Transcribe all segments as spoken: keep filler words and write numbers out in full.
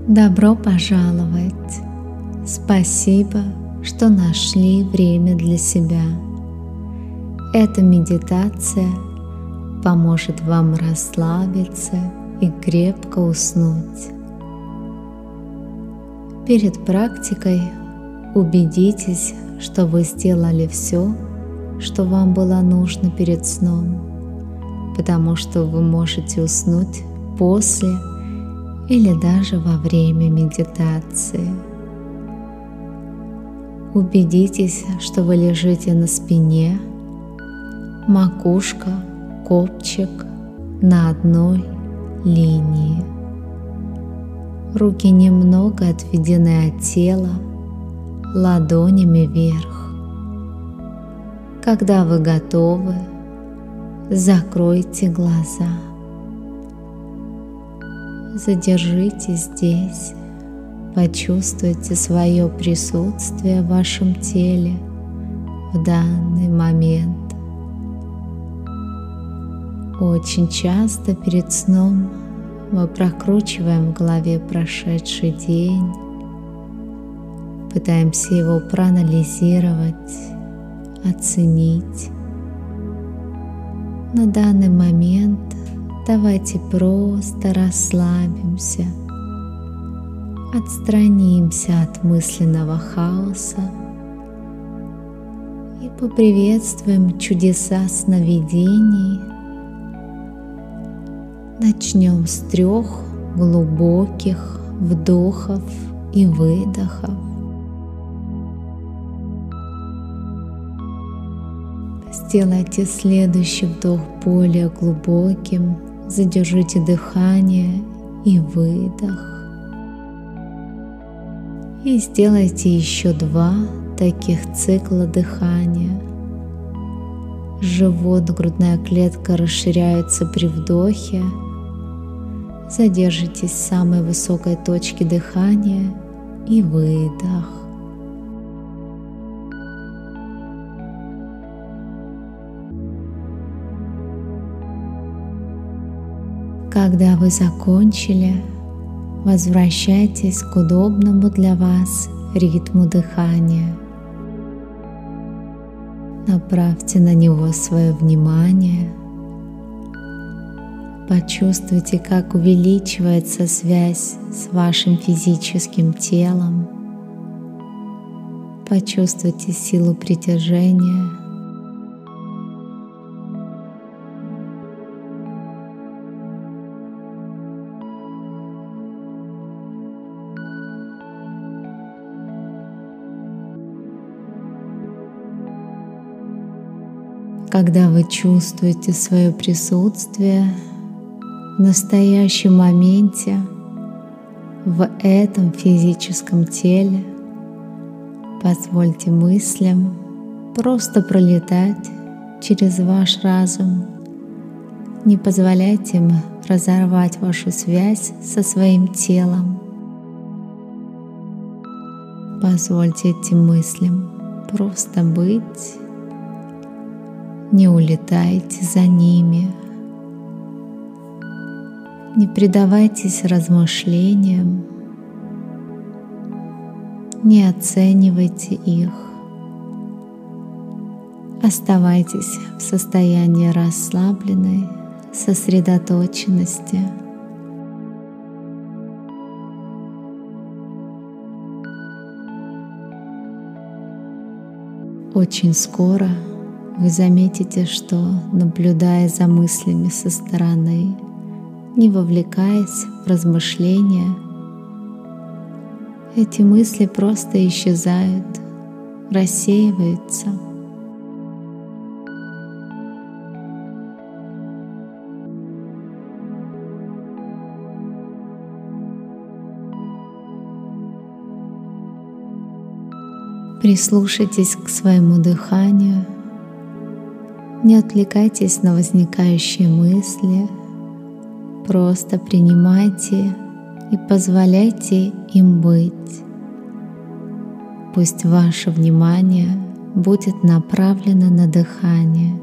Добро пожаловать! Спасибо, что нашли время для себя. Эта медитация поможет вам расслабиться и крепко уснуть. Перед практикой убедитесь, что вы сделали все, что вам было нужно перед сном, потому что вы можете уснуть после или даже во время медитации. Убедитесь, что вы лежите на спине, макушка, копчик на одной линии. Руки немного отведены от тела, ладонями вверх. Когда вы готовы, закройте глаза. Задержитесь здесь, почувствуйте свое присутствие в вашем теле в данный момент. Очень часто перед сном мы прокручиваем в голове прошедший день, пытаемся его проанализировать, оценить. На данный момент давайте просто расслабимся, отстранимся от мысленного хаоса и поприветствуем чудеса сновидений. Начнем с трех глубоких вдохов и выдохов. Сделайте следующий вдох более глубоким, задержите дыхание и выдох. И сделайте еще два таких цикла дыхания. Живот, грудная клетка расширяются при вдохе. Задержитесь в самой высокой точке дыхания и выдох. Когда вы закончили, возвращайтесь к удобному для вас ритму дыхания. Направьте на него свое внимание. Почувствуйте, как увеличивается связь с вашим физическим телом. Почувствуйте силу притяжения. Когда вы чувствуете свое присутствие в настоящем моменте, в этом физическом теле, позвольте мыслям просто пролетать через ваш разум. Не позволяйте им разорвать вашу связь со своим телом. Позвольте этим мыслям просто быть. Не улетайте за ними, не предавайтесь размышлениям, не оценивайте их. Оставайтесь в состоянии расслабленной сосредоточенности. Очень скоро вы заметите, что, наблюдая за мыслями со стороны, не вовлекаясь в размышления, эти мысли просто исчезают, рассеиваются. Прислушайтесь к своему дыханию. Не отвлекайтесь на возникающие мысли, просто принимайте и позволяйте им быть. Пусть ваше внимание будет направлено на дыхание.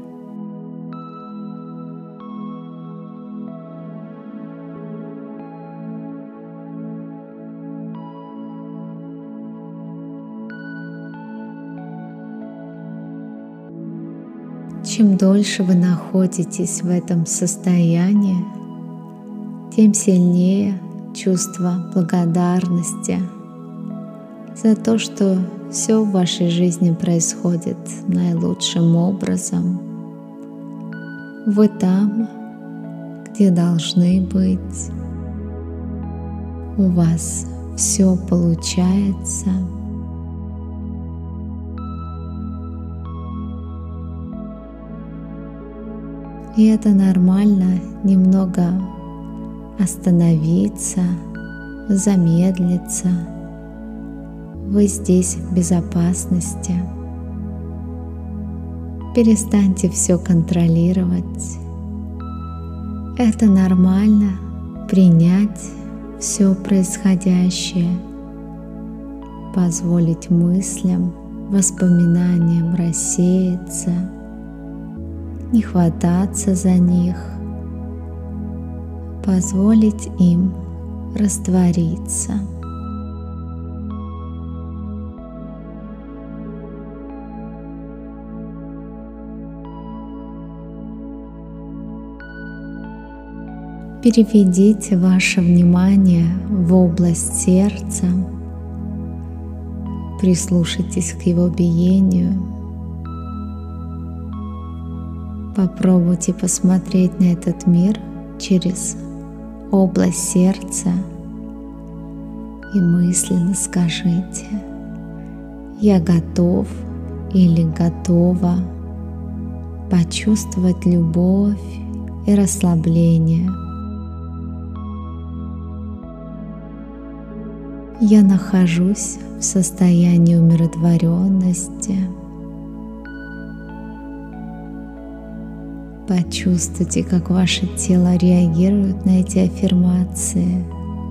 Чем дольше вы находитесь в этом состоянии, тем сильнее чувство благодарности за то, что все в вашей жизни происходит наилучшим образом. Вы там, где должны быть. У вас все получается. И это нормально немного остановиться, замедлиться. Вы здесь в безопасности. Перестаньте все контролировать. Это нормально принять все происходящее, позволить мыслям, воспоминаниям рассеяться, не хвататься за них, позволить им раствориться. Переведите ваше внимание в область сердца, прислушайтесь к его биению. Попробуйте посмотреть на этот мир через область сердца и мысленно скажите: «Я готов» или «готова» почувствовать любовь и расслабление. Я нахожусь в состоянии умиротворенности. Почувствуйте, как ваше тело реагирует на эти аффирмации.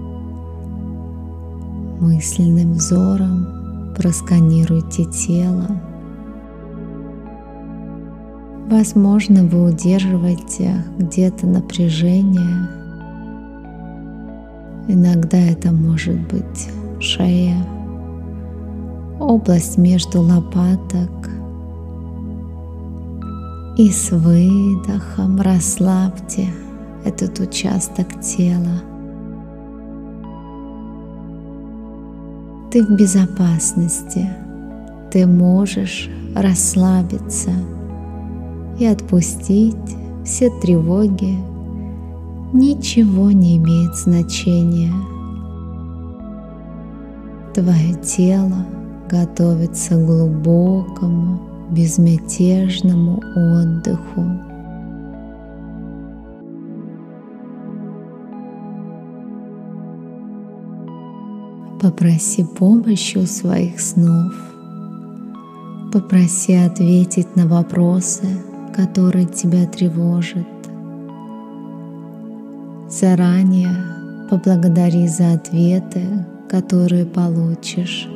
Мысленным взором просканируйте тело. Возможно, вы удерживаете где-то напряжение. Иногда это может быть шея, область между лопаток. И с выдохом расслабьте этот участок тела. Ты в безопасности. Ты можешь расслабиться и отпустить все тревоги. Ничего не имеет значения. Твое тело готовится к глубокому, безмятежному отдыху. Попроси помощи у своих снов. Попроси ответить на вопросы, которые тебя тревожат. Заранее поблагодари за ответы, которые получишь,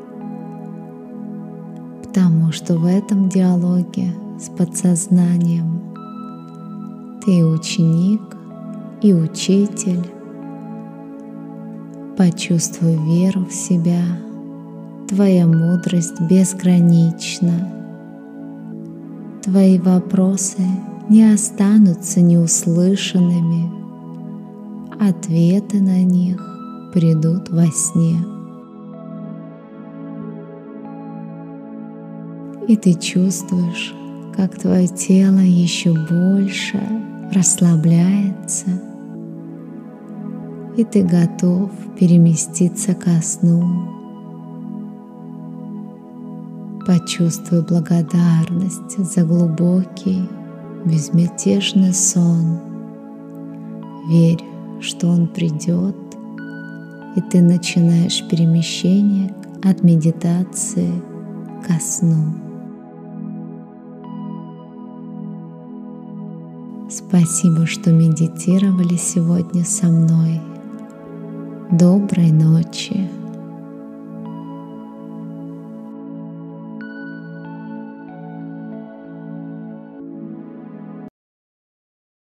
потому что в этом диалоге с подсознанием ты и ученик, и учитель. Почувствуй веру в себя, твоя мудрость безгранична. Твои вопросы не останутся неуслышанными, ответы на них придут во сне. И ты чувствуешь, как твое тело еще больше расслабляется, и ты готов переместиться ко сну. Почувствуй благодарность за глубокий, безмятежный сон. Верь, что он придет, и ты начинаешь перемещение от медитации ко сну. Спасибо, что медитировали сегодня со мной. Доброй ночи.